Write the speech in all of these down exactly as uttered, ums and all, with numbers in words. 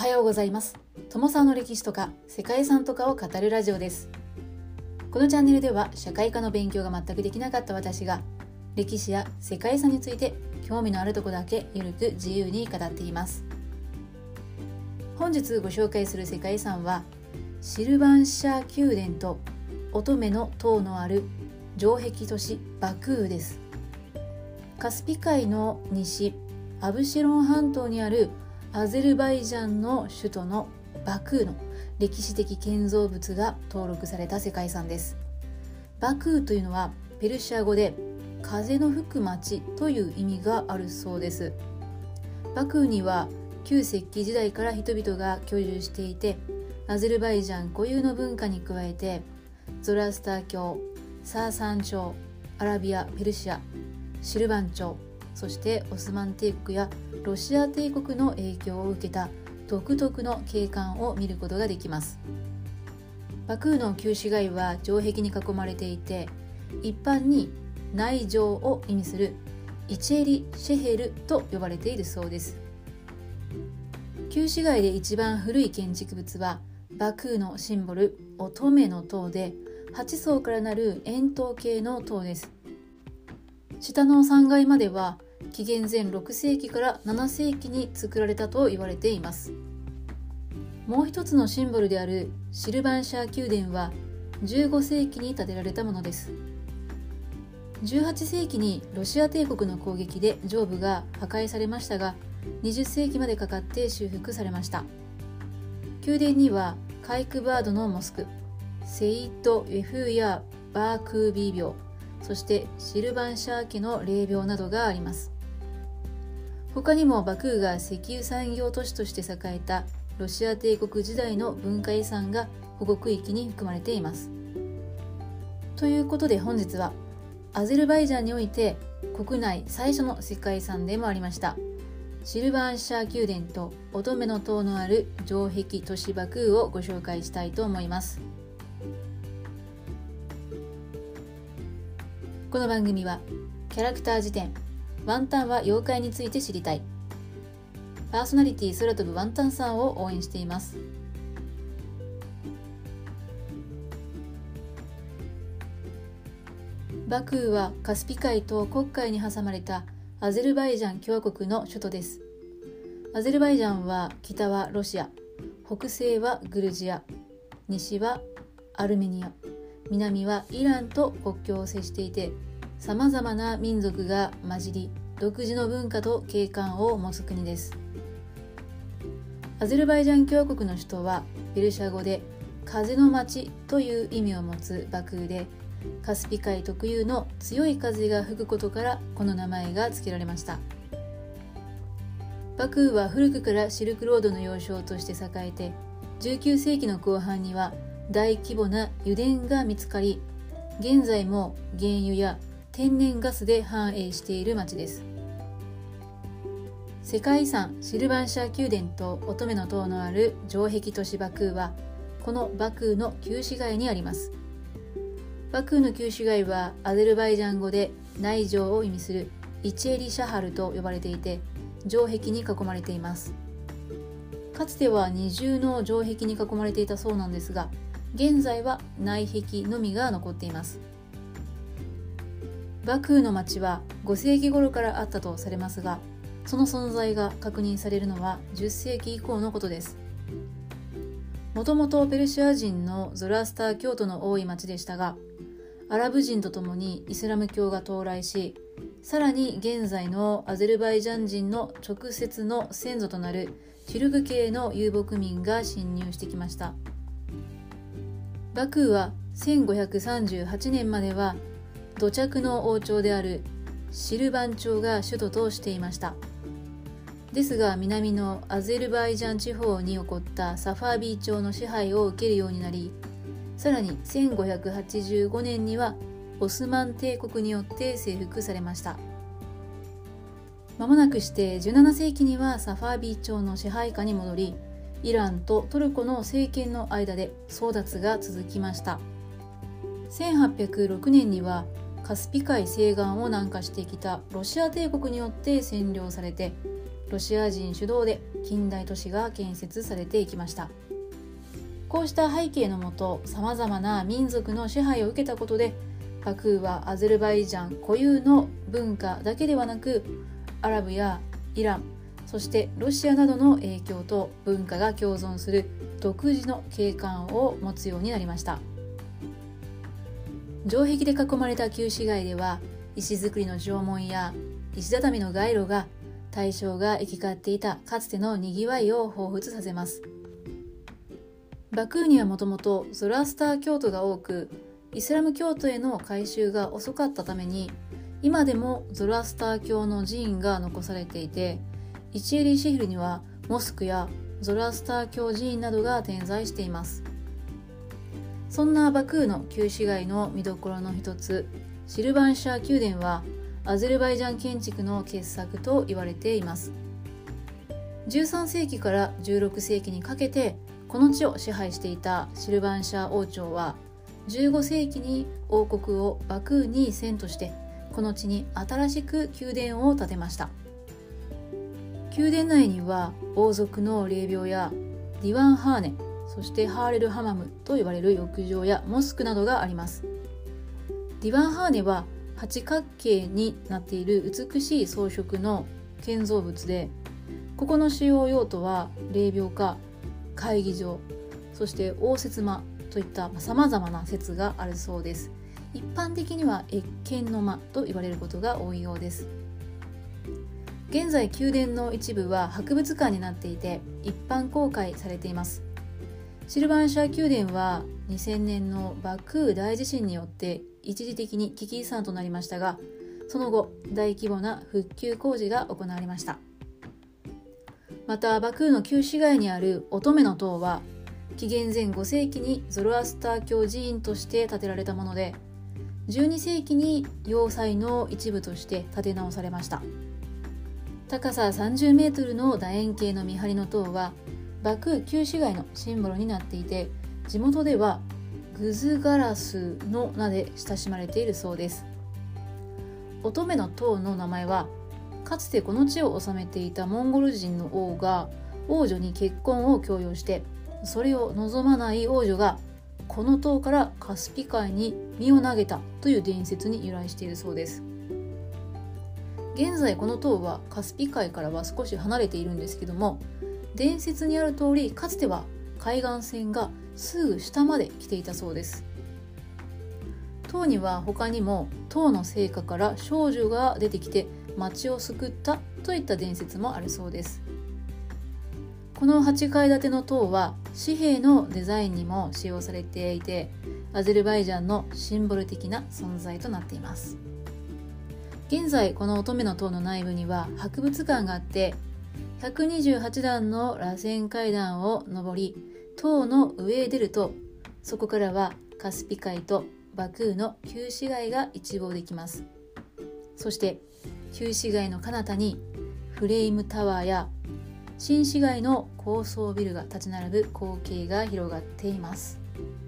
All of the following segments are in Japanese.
はようございます。友沢の歴史とか世界遺産とかを語るラジオです。このチャンネルでは社会科の勉強が全くできなかった私が歴史や世界遺産について興味のあるところだけゆるく自由に語っています。本日ご紹介する世界遺産はシルバンシャー宮殿と乙女の塔のある城壁都市バクーです。カスピ海の西アブシェロン半島にあるアゼルバイジャンの首都のバクーの歴史的建造物が登録された世界遺産です。バクーというのはペルシャ語で風の吹く町という意味があるそうです。バクーには旧石器時代から人々が居住していて、アゼルバイジャン固有の文化に加えてゾラスター教、サーサン朝、アラビア、ペルシア、シルバン朝、そしてオスマン帝国やロシア帝国の影響を受けた独特の景観を見ることができます。バクーの旧市街は城壁に囲まれていて、一般に内城を意味するイチェリ・シェヘルと呼ばれているそうです。旧市街で一番古い建築物はバクーのシンボル乙女の塔で、はち層からなる円筒形の塔です。下のさんがいまでは紀元前ろくせいきからななせいきに作られたと言われています。もう一つのシンボルであるシルバンシャー宮殿はじゅうごせいきに建てられたものです。じゅうはっせいきにロシア帝国の攻撃で上部が破壊されましたが、にじゅっせいきまでかかって修復されました。宮殿にはカイクバードのモスク、セイッド・ウェフーやバークービー廟、そしてシルバンシャー家の霊廟などがあります。他にもバクーが石油産業都市として栄えたロシア帝国時代の文化遺産が保護区域に含まれています。ということで本日はアゼルバイジャンにおいて国内最初の世界遺産でもありましたシルバンシャー宮殿と乙女の塔のある城壁都市バクーをご紹介したいと思います。この番組はキャラクター辞典ワンタンは妖怪について知りたい、パーソナリティ空飛ぶワンタンさんを応援しています。バクーはカスピ海と黒海に挟まれたアゼルバイジャン共和国の首都です。アゼルバイジャンは北はロシア、北西はグルジア、西はアルメニア、南はイランと国境を接していて、さまざまな民族が混じり独自の文化と景観を持つ国です。アゼルバイジャン共和国の首都はペルシャ語で風の町という意味を持つバクーで、カスピ海特有の強い風が吹くことからこの名前が付けられました。バクーは古くからシルクロードの要衝として栄えて、じゅうきゅうせいきの後半には大規模な油田が見つかり、現在も原油や天然ガスで繁栄している町です。世界遺産シルバンシャー宮殿と乙女の塔のある城壁都市バクーはこのバクーの旧市街にあります。バクーの旧市街はアゼルバイジャン語で内城を意味するイチェリシャハルと呼ばれていて、城壁に囲まれています。かつては二重の城壁に囲まれていたそうなんですが、現在は内壁のみが残っています。バクーの町はごせいき頃からあったとされますが、その存在が確認されるのはじゅっせいき以降のことです。もともとペルシア人のゾラスター教徒の多い町でしたが、アラブ人とともにイスラム教が到来し、さらに現在のアゼルバイジャン人の直接の先祖となるテュルク系の遊牧民が侵入してきました。バクーはせんごひゃくさんじゅうはちねんまでは土着の王朝であるシルバン朝が首都としていました。ですが南のアゼルバイジャン地方に起こったサファービー朝の支配を受けるようになり、さらにせんごひゃくはちじゅうごねんにはオスマン帝国によって征服されました。まもなくしてじゅうななせいきにはサファービー朝の支配下に戻り、イランとトルコの政権の間で争奪が続きました。せんはっぴゃくろくねんにはカスピ海西岸を南下してきたロシア帝国によって占領されて、 ロシア人主導で近代都市が建設されていきました。こうした背景のもと、さまざまな民族の支配を受けたことで、バクーはアゼルバイジャン固有の文化だけではなく、アラブやイラン、そしてロシアなどの影響と文化が共存する独自の景観を持つようになりました。城壁で囲まれた旧市街では、石造りの城門や石畳の街路が大将が行き交っていたかつてのにぎわいを彷彿させます。バクーにはもともとゾロアスター教徒が多く、イスラム教徒への改宗が遅かったために、今でもゾロアスター教の寺院が残されていて、イチエリシヒルにはモスクやゾロアスター教寺院などが点在しています。そんなバクーの旧市街の見どころの一つ、シルバンシャー宮殿はアゼルバイジャン建築の傑作と言われています。じゅうさんせいきからじゅうろくせいきにかけてこの地を支配していたシルバンシャー王朝は、じゅうごせいきに王国をバクーに遷都して、この地に新しく宮殿を建てました。宮殿内には王族の霊廟やディワンハーネ、そしてハーレルハマムと呼ばれる浴場やモスクなどがあります。ディワンハーネは八角形になっている美しい装飾の建造物で、ここの主要用途は霊廟か会議場、そして応接間といったさまざまな説があるそうです。一般的には謁見の間と言われることが多いようです。現在宮殿の一部は博物館になっていて、一般公開されています。シルバンシャー宮殿はにせんねんのバクー大地震によって一時的に危機遺産となりましたが、その後大規模な復旧工事が行われました。またバクーの旧市街にある乙女の塔は、紀元前ごせいきにゾロアスター教寺院として建てられたもので、じゅうにせいきに要塞の一部として建て直されました。高ささんじゅうメートルの楕円形の見張りの塔はバクー旧市街のシンボルになっていて、地元ではグズガラスの名で親しまれているそうです。乙女の塔の名前は、かつてこの地を治めていたモンゴル人の王が王女に結婚を強要して、それを望まない王女がこの塔からカスピ海に身を投げたという伝説に由来しているそうです。現在この塔はカスピ海からは少し離れているんですけども、伝説にある通り、かつては海岸線がすぐ下まで来ていたそうです。塔には他にも塔の聖火から少女が出てきて町を救ったといった伝説もあるそうです。このはちかい建ての塔は紙幣のデザインにも使用されていて、アゼルバイジャンのシンボル的な存在となっています。現在この乙女の塔の内部には博物館があって、ひゃくにじゅうはちだんの螺旋階段を上り、塔の上へ出ると、そこからはカスピ海とバクーの旧市街が一望できます。そして旧市街の彼方にフレームタワーや新市街の高層ビルが立ち並ぶ光景が広がっています。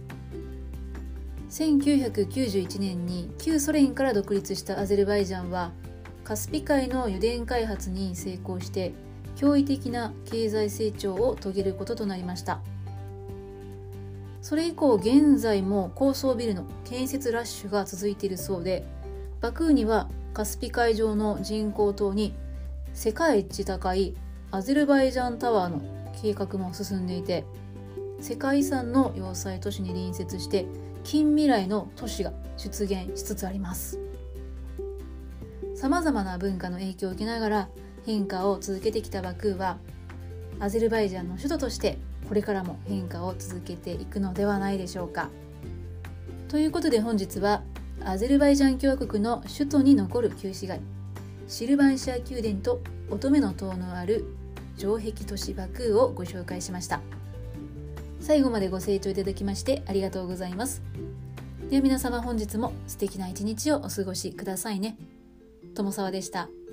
せんきゅうひゃくきゅうじゅういちねんに旧ソ連から独立したアゼルバイジャンは、カスピ海の油田開発に成功して驚異的な経済成長を遂げることとなりました。それ以降現在も高層ビルの建設ラッシュが続いているそうで、バクーにはカスピ海上の人工島に世界一高いアゼルバイジャンタワーの計画も進んでいて、世界遺産の要塞都市に隣接して近未来の都市が出現しつつあります。さまざまな文化の影響を受けながら変化を続けてきたバクーは、アゼルバイジャンの首都としてこれからも変化を続けていくのではないでしょうか。ということで本日はアゼルバイジャン共和国の首都に残る旧市街、シルバンシャー宮殿と乙女の塔のある城壁都市バクーをご紹介しました。最後までご清聴いただきましてありがとうございます。では皆様、本日も素敵な一日をお過ごしくださいね。友沢でした。